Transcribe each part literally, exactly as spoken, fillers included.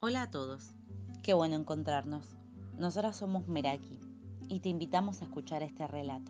Hola a todos, qué bueno encontrarnos. Nosotras somos Meraki y te invitamos a escuchar este relato.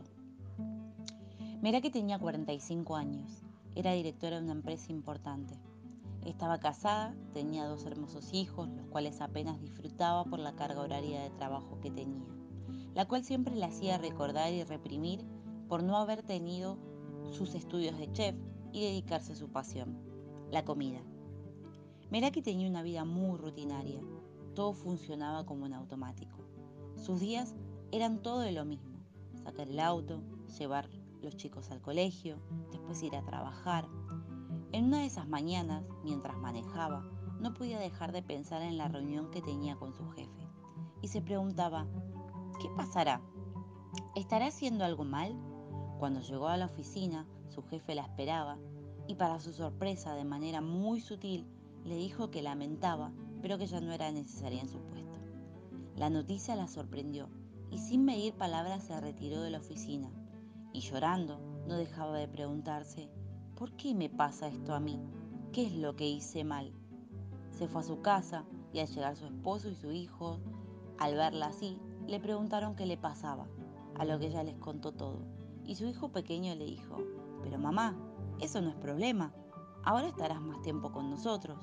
Meraki tenía cuarenta y cinco años, era directora de una empresa importante. Estaba casada, tenía dos hermosos hijos, los cuales apenas disfrutaba por la carga horaria de trabajo que tenía, la cual siempre le hacía recordar y reprimir por no haber tenido sus estudios de chef y dedicarse a su pasión, la comida. Meraki tenía una vida muy rutinaria, todo funcionaba como en automático. Sus días eran todo de lo mismo, sacar el auto, llevar los chicos al colegio, después ir a trabajar. En una de esas mañanas, mientras manejaba, no podía dejar de pensar en la reunión que tenía con su jefe y se preguntaba, ¿qué pasará? ¿Estará haciendo algo mal? Cuando llegó a la oficina, su jefe la esperaba y para su sorpresa, de manera muy sutil, le dijo que lamentaba, pero que ya no era necesaria en su puesto. La noticia la sorprendió y sin medir palabras se retiró de la oficina y llorando no dejaba de preguntarse, ¿por qué me pasa esto a mí? ¿Qué es lo que hice mal? Se fue a su casa y al llegar su esposo y su hijo, al verla así, le preguntaron qué le pasaba, a lo que ella les contó todo. Y su hijo pequeño le dijo, pero mamá, eso no es problema, ahora estarás más tiempo con nosotros.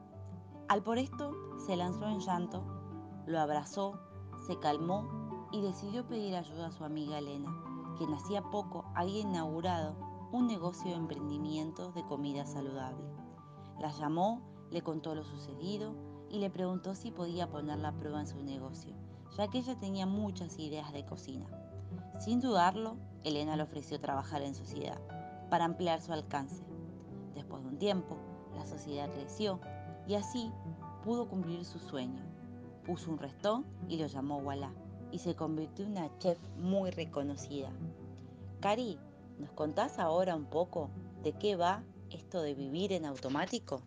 Al por esto se lanzó en llanto, lo abrazó, se calmó y decidió pedir ayuda a su amiga Elena, quien hacía poco había inaugurado un negocio de emprendimiento de comida saludable. La llamó, le contó lo sucedido y le preguntó si podía ponerla a prueba en su negocio, ya que ella tenía muchas ideas de cocina. Sin dudarlo, Elena le ofreció trabajar en sociedad para ampliar su alcance. Después de un tiempo, la sociedad creció y así pudo cumplir su sueño. Puso un restón y lo llamó Wallah y se convirtió en una chef muy reconocida. Cari, ¿nos contás ahora un poco de qué va esto de vivir en automático?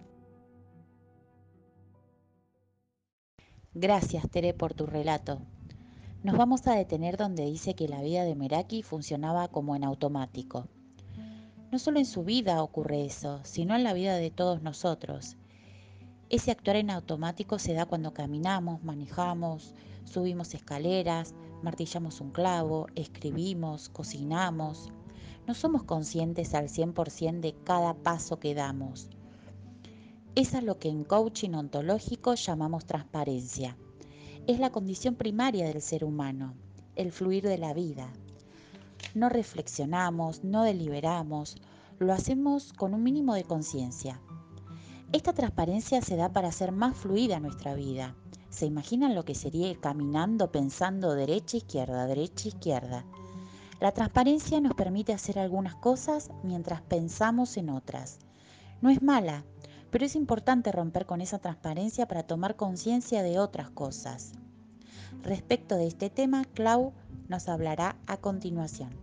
Gracias, Tere, por tu relato. Nos vamos a detener donde dice que la vida de Meraki funcionaba como en automático. No solo en su vida ocurre eso, sino en la vida de todos nosotros. Ese actuar en automático se da cuando caminamos, manejamos, subimos escaleras, martillamos un clavo, escribimos, cocinamos. No somos conscientes al cien por ciento de cada paso que damos. Eso es lo que en coaching ontológico llamamos transparencia. Es la condición primaria del ser humano, el fluir de la vida. No reflexionamos, no deliberamos, lo hacemos con un mínimo de conciencia. Esta transparencia se da para hacer más fluida nuestra vida. ¿Se imaginan lo que sería ir caminando pensando derecha, izquierda, derecha, izquierda? La transparencia nos permite hacer algunas cosas mientras pensamos en otras. No es mala, pero es importante romper con esa transparencia para tomar conciencia de otras cosas. Respecto de este tema, Clau nos hablará a continuación.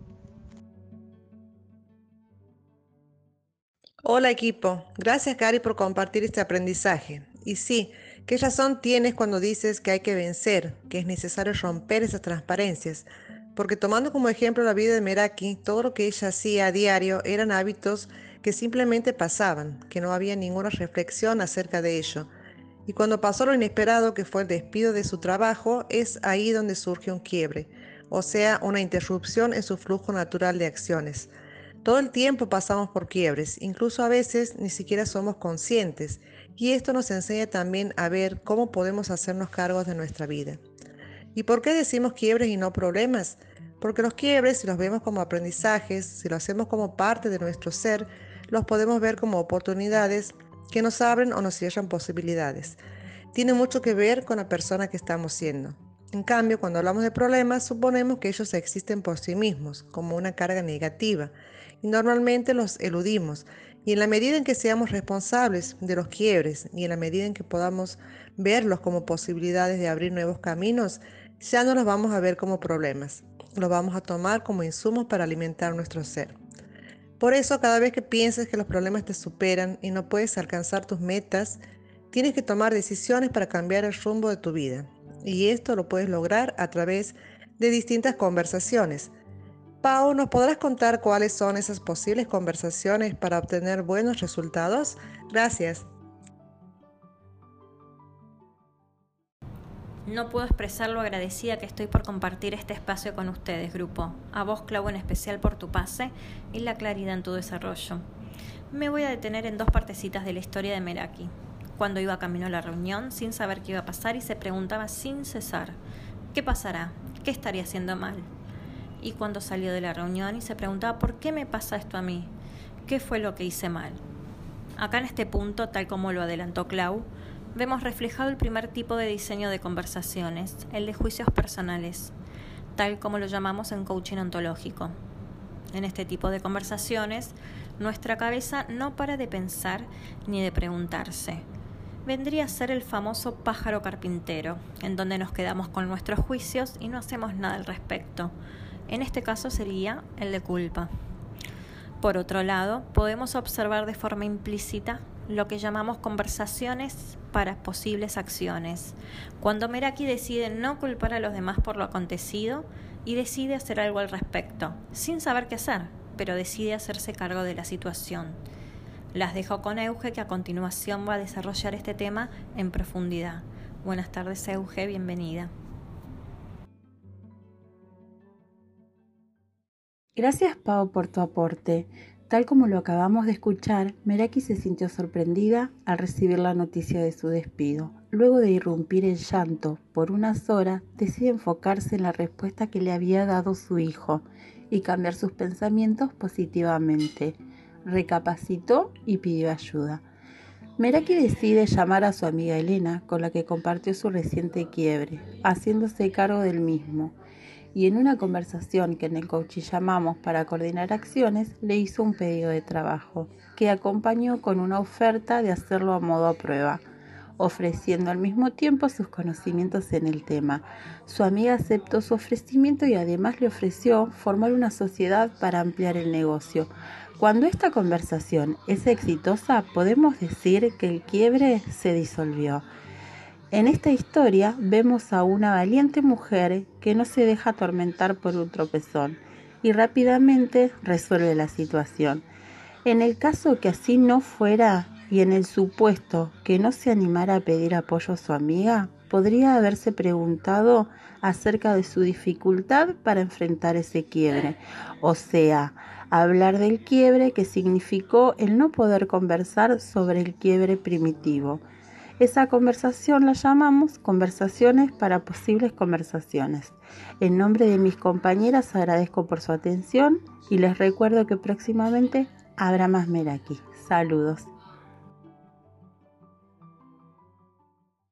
Hola equipo, gracias Cari por compartir este aprendizaje. Y sí, ¿qué razón tienes cuando dices que hay que vencer, que es necesario romper esas transparencias? Porque tomando como ejemplo la vida de Meraki, todo lo que ella hacía a diario eran hábitos que simplemente pasaban, que no había ninguna reflexión acerca de ello. Y cuando pasó lo inesperado, que fue el despido de su trabajo, es ahí donde surge un quiebre, o sea, una interrupción en su flujo natural de acciones. Todo el tiempo pasamos por quiebres, incluso a veces ni siquiera somos conscientes, y esto nos enseña también a ver cómo podemos hacernos cargos de nuestra vida. ¿Y por qué decimos quiebres y no problemas? Porque los quiebres, si los vemos como aprendizajes, si lo hacemos como parte de nuestro ser, los podemos ver como oportunidades que nos abren o nos cierran posibilidades. Tiene mucho que ver con la persona que estamos siendo. En cambio, cuando hablamos de problemas, suponemos que ellos existen por sí mismos, como una carga negativa, y normalmente los eludimos. Y en la medida en que seamos responsables de los quiebres y en la medida en que podamos verlos como posibilidades de abrir nuevos caminos, ya no los vamos a ver como problemas, los vamos a tomar como insumos para alimentar nuestro ser. Por eso, cada vez que pienses que los problemas te superan y no puedes alcanzar tus metas, tienes que tomar decisiones para cambiar el rumbo de tu vida. Y esto lo puedes lograr a través de distintas conversaciones. Pau, ¿nos podrás contar cuáles son esas posibles conversaciones para obtener buenos resultados? Gracias. No puedo expresar lo agradecida que estoy por compartir este espacio con ustedes, grupo. A vos, Clau, en especial por tu pase y la claridad en tu desarrollo. Me voy a detener en dos partecitas de la historia de Meraki. Cuando iba camino a la reunión, sin saber qué iba a pasar, y se preguntaba sin cesar: ¿qué pasará? ¿Qué estaría haciendo mal? Y cuando salió de la reunión y se preguntaba: ¿por qué me pasa esto a mí? ¿Qué fue lo que hice mal? Acá en este punto, tal como lo adelantó Clau, vemos reflejado el primer tipo de diseño de conversaciones, el de juicios personales, tal como lo llamamos en coaching ontológico. En este tipo de conversaciones, nuestra cabeza no para de pensar ni de preguntarse. Vendría a ser el famoso pájaro carpintero, en donde nos quedamos con nuestros juicios y no hacemos nada al respecto. En este caso sería el de culpa. Por otro lado, podemos observar de forma implícita lo que llamamos conversaciones para posibles acciones, cuando Meraki decide no culpar a los demás por lo acontecido y decide hacer algo al respecto, sin saber qué hacer, pero decide hacerse cargo de la situación. Las dejo con Euge, que a continuación va a desarrollar este tema en profundidad. Buenas tardes, Euge, bienvenida. Gracias, Pau, por tu aporte. Tal como lo acabamos de escuchar, Meraki se sintió sorprendida al recibir la noticia de su despido. Luego de irrumpir en llanto por unas horas, decide enfocarse en la respuesta que le había dado su hijo y cambiar sus pensamientos positivamente. Recapacitó y pidió ayuda. Meraki decide llamar a su amiga Elena, con la que compartió su reciente quiebre, haciéndose cargo del mismo. Y en una conversación que en el coaching llamamos para coordinar acciones, le hizo un pedido de trabajo, que acompañó con una oferta de hacerlo a modo a prueba, ofreciendo al mismo tiempo sus conocimientos en el tema. Su amiga aceptó su ofrecimiento y además le ofreció formar una sociedad para ampliar el negocio. Cuando esta conversación es exitosa, podemos decir que el quiebre se disolvió. En esta historia vemos a una valiente mujer que no se deja atormentar por un tropezón y rápidamente resuelve la situación. En el caso que así no fuera y en el supuesto que no se animara a pedir apoyo a su amiga, podría haberse preguntado acerca de su dificultad para enfrentar ese quiebre, o sea, hablar del quiebre que significó el no poder conversar sobre el quiebre primitivo. Esa conversación la llamamos conversaciones para posibles conversaciones. En nombre de mis compañeras agradezco por su atención y les recuerdo que próximamente habrá más Meraki. Saludos.